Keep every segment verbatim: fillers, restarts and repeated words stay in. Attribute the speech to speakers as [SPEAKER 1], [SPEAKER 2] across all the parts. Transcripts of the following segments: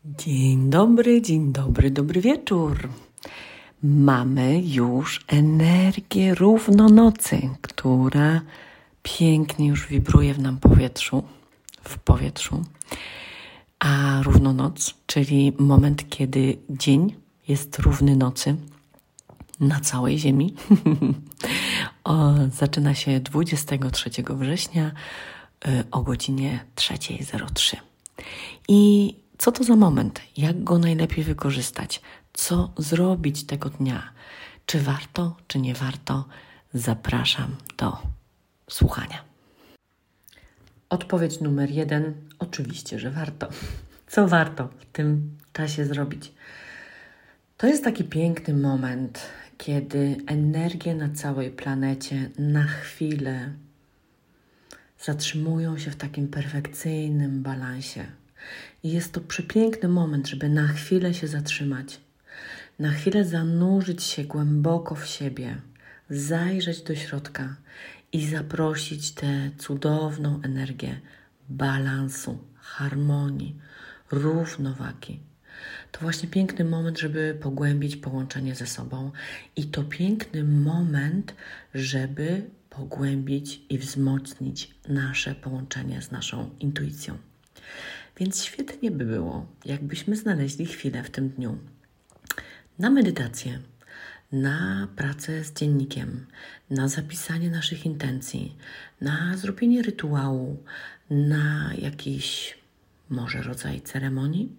[SPEAKER 1] Dzień dobry, dzień dobry, dobry wieczór. Mamy już energię równonocy, która pięknie już wibruje w nam powietrzu, w powietrzu. A równonoc, czyli moment, kiedy dzień jest równy nocy na całej Ziemi, o, zaczyna się dwudziestego trzeciego września y, o godzinie trzecia zero trzy. I co to za moment? Jak go najlepiej wykorzystać? Co zrobić tego dnia? Czy warto, czy nie warto? Zapraszam do słuchania. Odpowiedź numer jeden. Oczywiście, że warto. Co warto w tym czasie zrobić? To jest taki piękny moment, kiedy energie na całej planecie na chwilę zatrzymują się w takim perfekcyjnym balansie. I jest to przepiękny moment, żeby na chwilę się zatrzymać, na chwilę zanurzyć się głęboko w siebie, zajrzeć do środka i zaprosić tę cudowną energię balansu, harmonii, równowagi. To właśnie piękny moment, żeby pogłębić połączenie ze sobą i to piękny moment, żeby pogłębić i wzmocnić nasze połączenie z naszą intuicją. Więc świetnie by było, jakbyśmy znaleźli chwilę w tym dniu na medytację, na pracę z dziennikiem, na zapisanie naszych intencji, na zrobienie rytuału, na jakiś może rodzaj ceremonii.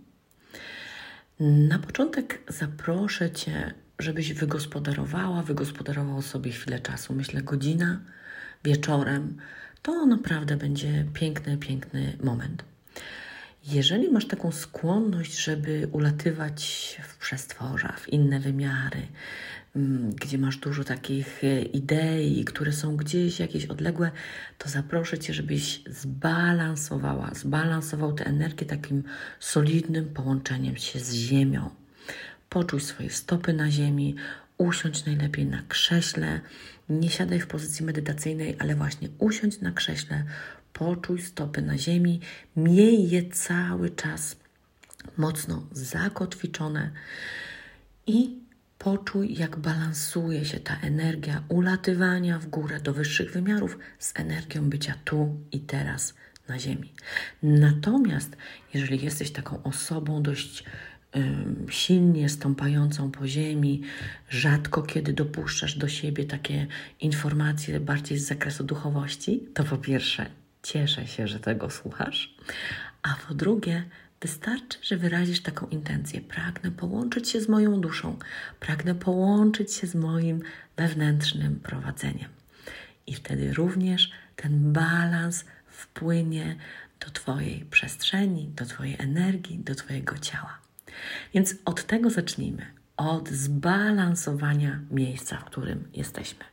[SPEAKER 1] Na początek zaproszę Cię, żebyś wygospodarowała, wygospodarował sobie chwilę czasu. Myślę, godzina wieczorem to naprawdę będzie piękny, piękny moment. Jeżeli masz taką skłonność, żeby ulatywać w przestworza, w inne wymiary, gdzie masz dużo takich idei, które są gdzieś jakieś odległe, to zaproszę Cię, żebyś zbalansowała, zbalansował tę energię takim solidnym połączeniem się z ziemią. Poczuj swoje stopy na ziemi, usiądź najlepiej na krześle, nie siadaj w pozycji medytacyjnej, ale właśnie usiądź na krześle, poczuj stopy na ziemi, miej je cały czas mocno zakotwiczone i poczuj, jak balansuje się ta energia ulatywania w górę do wyższych wymiarów z energią bycia tu i teraz na ziemi. Natomiast jeżeli jesteś taką osobą dość um, silnie stąpającą po ziemi, rzadko kiedy dopuszczasz do siebie takie informacje bardziej z zakresu duchowości, to po pierwsze cieszę się, że tego słuchasz, a po drugie wystarczy, że wyrazisz taką intencję. Pragnę połączyć się z moją duszą, pragnę połączyć się z moim wewnętrznym prowadzeniem. I wtedy również ten balans wpłynie do Twojej przestrzeni, do Twojej energii, do Twojego ciała. Więc od tego zacznijmy, od zbalansowania miejsca, w którym jesteśmy.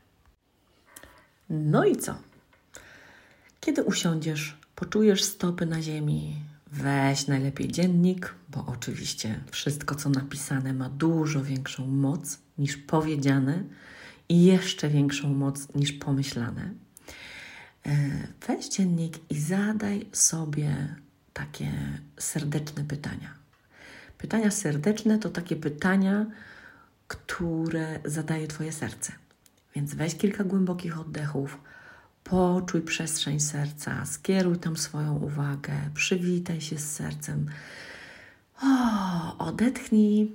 [SPEAKER 1] No i co? Kiedy usiądziesz, poczujesz stopy na ziemi, weź najlepiej dziennik, bo oczywiście wszystko, co napisane, ma dużo większą moc niż powiedziane i jeszcze większą moc niż pomyślane. Weź dziennik i zadaj sobie takie serdeczne pytania. Pytania serdeczne to takie pytania, które zadaje Twoje serce. Więc weź kilka głębokich oddechów, poczuj przestrzeń serca, skieruj tam swoją uwagę, przywitaj się z sercem. O, odetchnij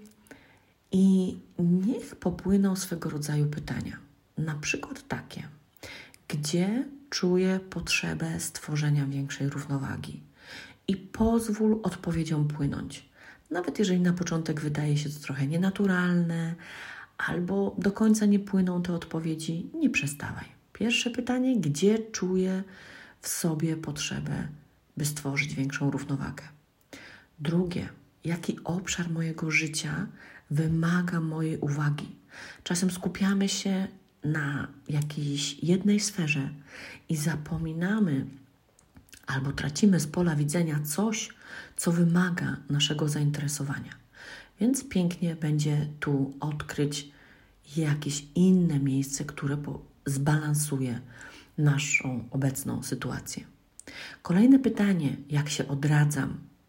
[SPEAKER 1] i niech popłyną swego rodzaju pytania. Na przykład takie: gdzie czuję potrzebę stworzenia większej równowagi? I pozwól odpowiedziom płynąć. Nawet jeżeli na początek wydaje się to trochę nienaturalne, albo do końca nie płyną te odpowiedzi, nie przestawaj. Pierwsze pytanie: gdzie czuję w sobie potrzebę, by stworzyć większą równowagę? Drugie: jaki obszar mojego życia wymaga mojej uwagi? Czasem skupiamy się na jakiejś jednej sferze i zapominamy albo tracimy z pola widzenia coś, co wymaga naszego zainteresowania. Więc pięknie będzie tu odkryć jakieś inne miejsce, które po zbalansuje naszą obecną sytuację. Kolejne pytanie: jak się odradzam?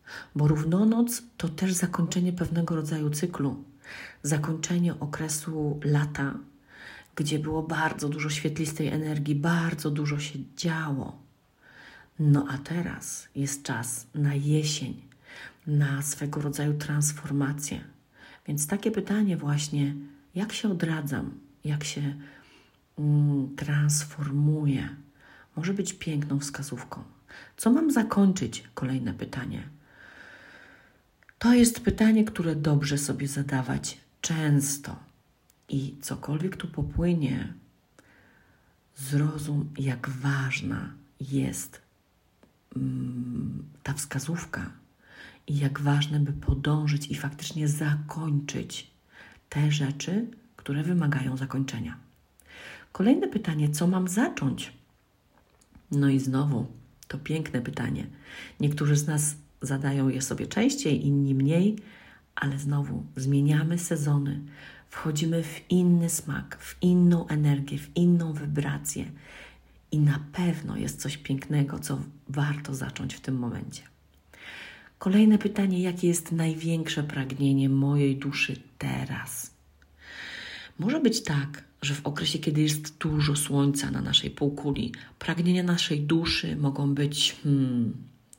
[SPEAKER 1] bo równonoc to też zakończenie pewnego rodzaju cyklu, zakończenie okresu lata, gdzie było bardzo dużo świetlistej energii, bardzo dużo się działo. No a teraz jest czas na jesień, na swego rodzaju transformację. Więc takie pytanie właśnie, jak się odradzam, jak się mm, transformuję, może być piękną wskazówką. Co mam zakończyć? Kolejne pytanie. To jest pytanie, które dobrze sobie zadawać często. I cokolwiek tu popłynie, zrozum, jak ważna jest mm, ta wskazówka i jak ważne, by podążyć i faktycznie zakończyć te rzeczy, które wymagają zakończenia. Kolejne pytanie, co mam zacząć? No i znowu, to piękne pytanie. Niektórzy z nas zadają je sobie częściej, inni mniej, ale znowu zmieniamy sezony, wchodzimy w inny smak, w inną energię, w inną wibrację i na pewno jest coś pięknego, co warto zacząć w tym momencie. Kolejne pytanie, jakie jest największe pragnienie mojej duszy teraz? Może być tak, że w okresie, kiedy jest dużo słońca na naszej półkuli, pragnienia naszej duszy mogą być hmm,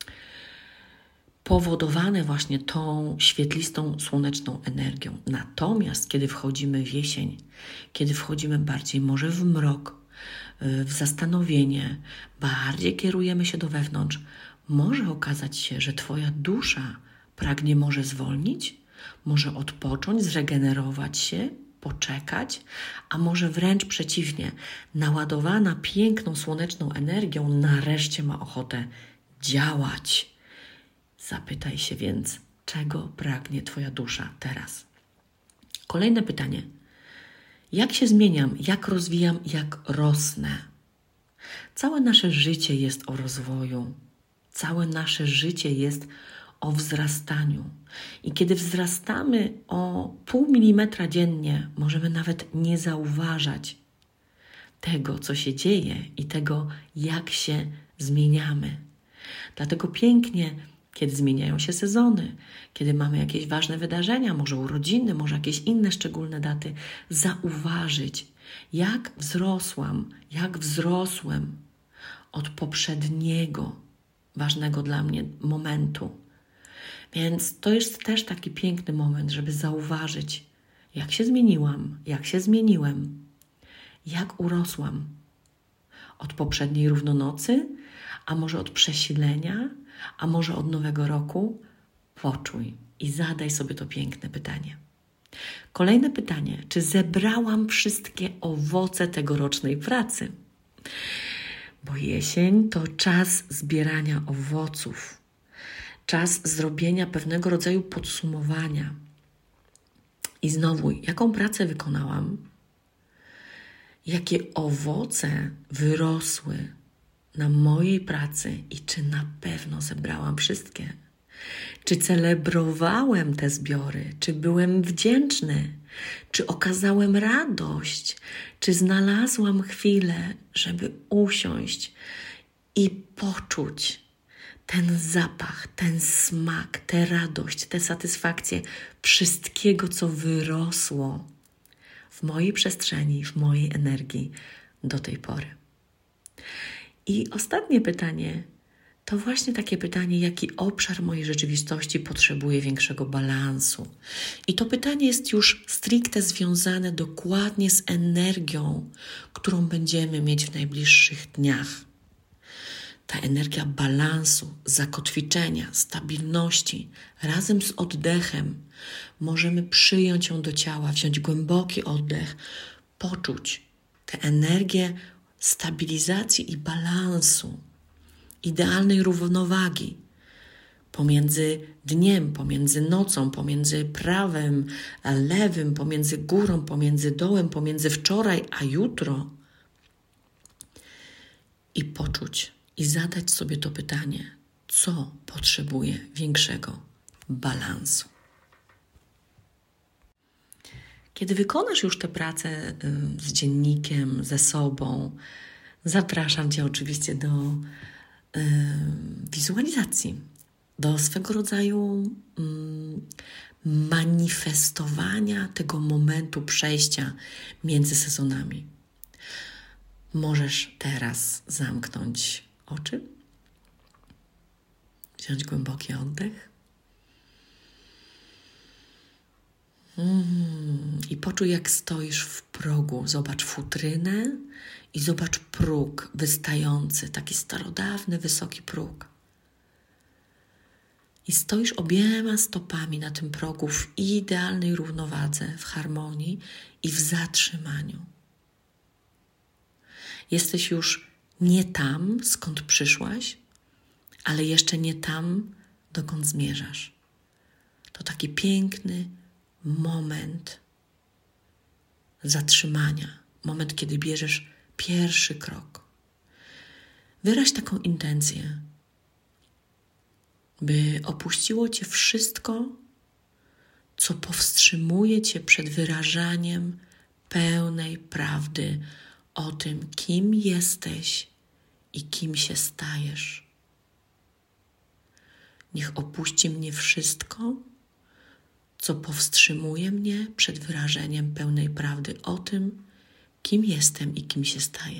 [SPEAKER 1] powodowane właśnie tą świetlistą, słoneczną energią. Natomiast kiedy wchodzimy w jesień, kiedy wchodzimy bardziej może w mrok, w zastanowienie, bardziej kierujemy się do wewnątrz, może okazać się, że Twoja dusza pragnie może zwolnić, może odpocząć, zregenerować się, poczekać, a może wręcz przeciwnie, naładowana piękną, słoneczną energią, nareszcie ma ochotę działać. Zapytaj się więc, czego pragnie Twoja dusza teraz? Kolejne pytanie. Jak się zmieniam, jak rozwijam, jak rosnę? Całe nasze życie jest o rozwoju. Całe nasze życie jest o wzrastaniu. I kiedy wzrastamy o pół milimetra dziennie, możemy nawet nie zauważać tego, co się dzieje i tego, jak się zmieniamy. Dlatego pięknie, kiedy zmieniają się sezony, kiedy mamy jakieś ważne wydarzenia, może urodziny, może jakieś inne szczególne daty, zauważyć, jak wzrosłam, jak wzrosłem od poprzedniego ważnego dla mnie momentu. Więc to jest też taki piękny moment, żeby zauważyć, jak się zmieniłam, jak się zmieniłem, jak urosłam od poprzedniej równonocy, a może od przesilenia, a może od nowego roku. Poczuj i zadaj sobie to piękne pytanie. Kolejne pytanie, czy zebrałam wszystkie owoce tegorocznej pracy? Bo jesień to czas zbierania owoców, czas zrobienia pewnego rodzaju podsumowania. I znowu, jaką pracę wykonałam? Jakie owoce wyrosły na mojej pracy i czy na pewno zebrałam wszystkie? Czy celebrowałem te zbiory? Czy byłem wdzięczny? Czy okazałem radość? Czy znalazłam chwilę, żeby usiąść i poczuć ten zapach, ten smak, tę radość, tę satysfakcję wszystkiego, co wyrosło w mojej przestrzeni, w mojej energii do tej pory? I ostatnie pytanie to właśnie takie pytanie, jaki obszar mojej rzeczywistości potrzebuje większego balansu. I to pytanie jest już stricte związane dokładnie z energią, którą będziemy mieć w najbliższych dniach. Ta energia balansu, zakotwiczenia, stabilności, razem z oddechem możemy przyjąć ją do ciała, wziąć głęboki oddech, poczuć tę energię stabilizacji i balansu, idealnej równowagi pomiędzy dniem, pomiędzy nocą, pomiędzy prawem a lewym, pomiędzy górą, pomiędzy dołem, pomiędzy wczoraj a jutro. I poczuć i zadać sobie to pytanie, co potrzebuje większego balansu. Kiedy wykonasz już tę pracę z dziennikiem, ze sobą, zapraszam Cię oczywiście do wizualizacji. do swego rodzaju mm, manifestowania tego momentu przejścia między sezonami. Możesz teraz zamknąć oczy, wziąć głęboki oddech mm, i poczuj, jak stoisz w progu. Zobacz futrynę i zobacz próg wystający, taki starodawny, wysoki próg. I stoisz obiema stopami na tym progu w idealnej równowadze, w harmonii i w zatrzymaniu. Jesteś już nie tam, skąd przyszłaś, ale jeszcze nie tam, dokąd zmierzasz. To taki piękny moment zatrzymania, moment, kiedy bierzesz pierwszy krok. Wyraź taką intencję, by opuściło Cię wszystko, co powstrzymuje Cię przed wyrażaniem pełnej prawdy o tym, kim jesteś i kim się stajesz. Niech opuści mnie wszystko, co powstrzymuje mnie przed wyrażeniem pełnej prawdy o tym, kim jestem i kim się staję.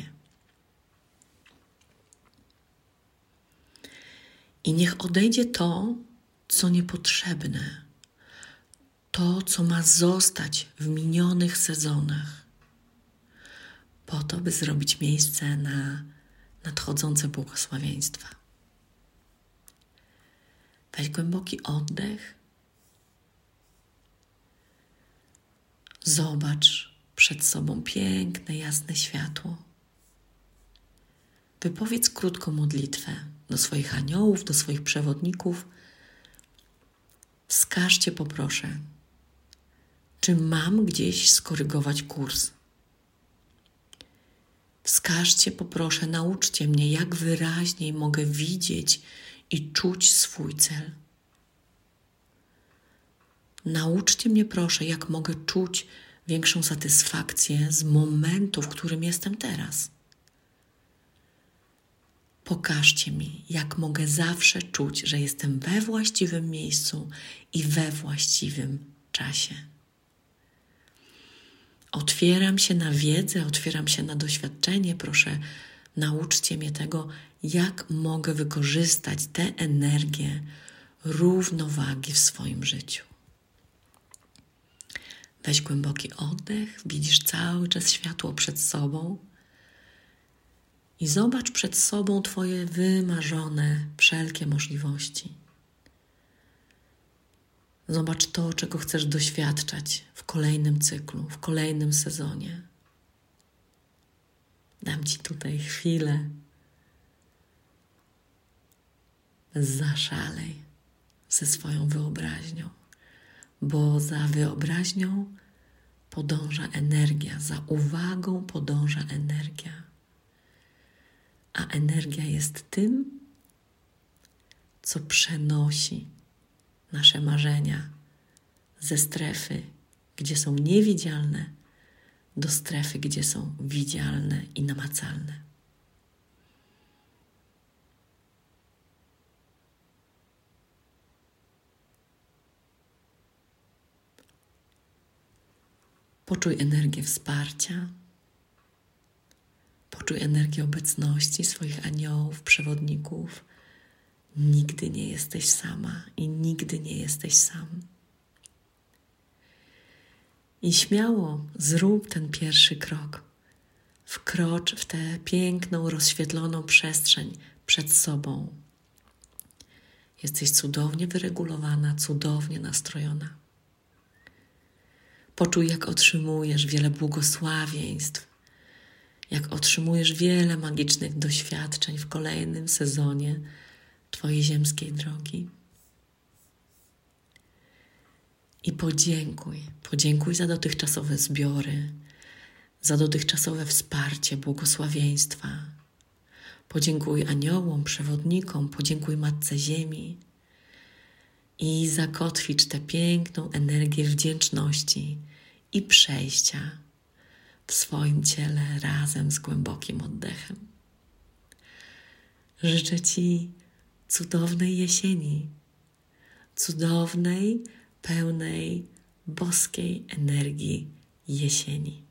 [SPEAKER 1] I niech odejdzie to, co niepotrzebne, to, co ma zostać w minionych sezonach, po to, by zrobić miejsce na nadchodzące błogosławieństwa. Weź głęboki oddech. Zobacz przed sobą piękne, jasne światło. Wypowiedz krótką modlitwę do swoich aniołów, do swoich przewodników. Wskażcie, poproszę, czy mam gdzieś skorygować kurs. Wskażcie, poproszę, nauczcie mnie, jak wyraźniej mogę widzieć i czuć swój cel. Nauczcie mnie, proszę, jak mogę czuć większą satysfakcję z momentu, w którym jestem teraz. Pokażcie mi, jak mogę zawsze czuć, że jestem we właściwym miejscu i we właściwym czasie. Otwieram się na wiedzę, otwieram się na doświadczenie. Proszę, nauczcie mnie tego, jak mogę wykorzystać tę energię równowagi w swoim życiu. Weź głęboki oddech, widzisz cały czas światło przed sobą i zobacz przed sobą Twoje wymarzone wszelkie możliwości. Zobacz to, czego chcesz doświadczać w kolejnym cyklu, w kolejnym sezonie. Dam Ci tutaj chwilę. Zaszalej ze swoją wyobraźnią, bo za wyobraźnią podąża energia, za uwagą podąża energia. A energia jest tym, co przenosi nasze marzenia ze strefy, gdzie są niewidzialne, do strefy, gdzie są widzialne i namacalne. Poczuj energię wsparcia, poczuj energię obecności swoich aniołów, przewodników. Nigdy nie jesteś sama i nigdy nie jesteś sam. I śmiało zrób ten pierwszy krok. Wkrocz w tę piękną, rozświetloną przestrzeń przed sobą. Jesteś cudownie wyregulowana, cudownie nastrojona. Poczuj, jak otrzymujesz wiele błogosławieństw, jak otrzymujesz wiele magicznych doświadczeń w kolejnym sezonie Twojej ziemskiej drogi. I podziękuj, podziękuj za dotychczasowe zbiory, za dotychczasowe wsparcie, błogosławieństwa. Podziękuj aniołom, przewodnikom, podziękuj Matce Ziemi i zakotwicz tę piękną energię wdzięczności i przejścia w swoim ciele razem z głębokim oddechem. Życzę Ci cudownej jesieni, cudownej, pełnej, boskiej energii jesieni.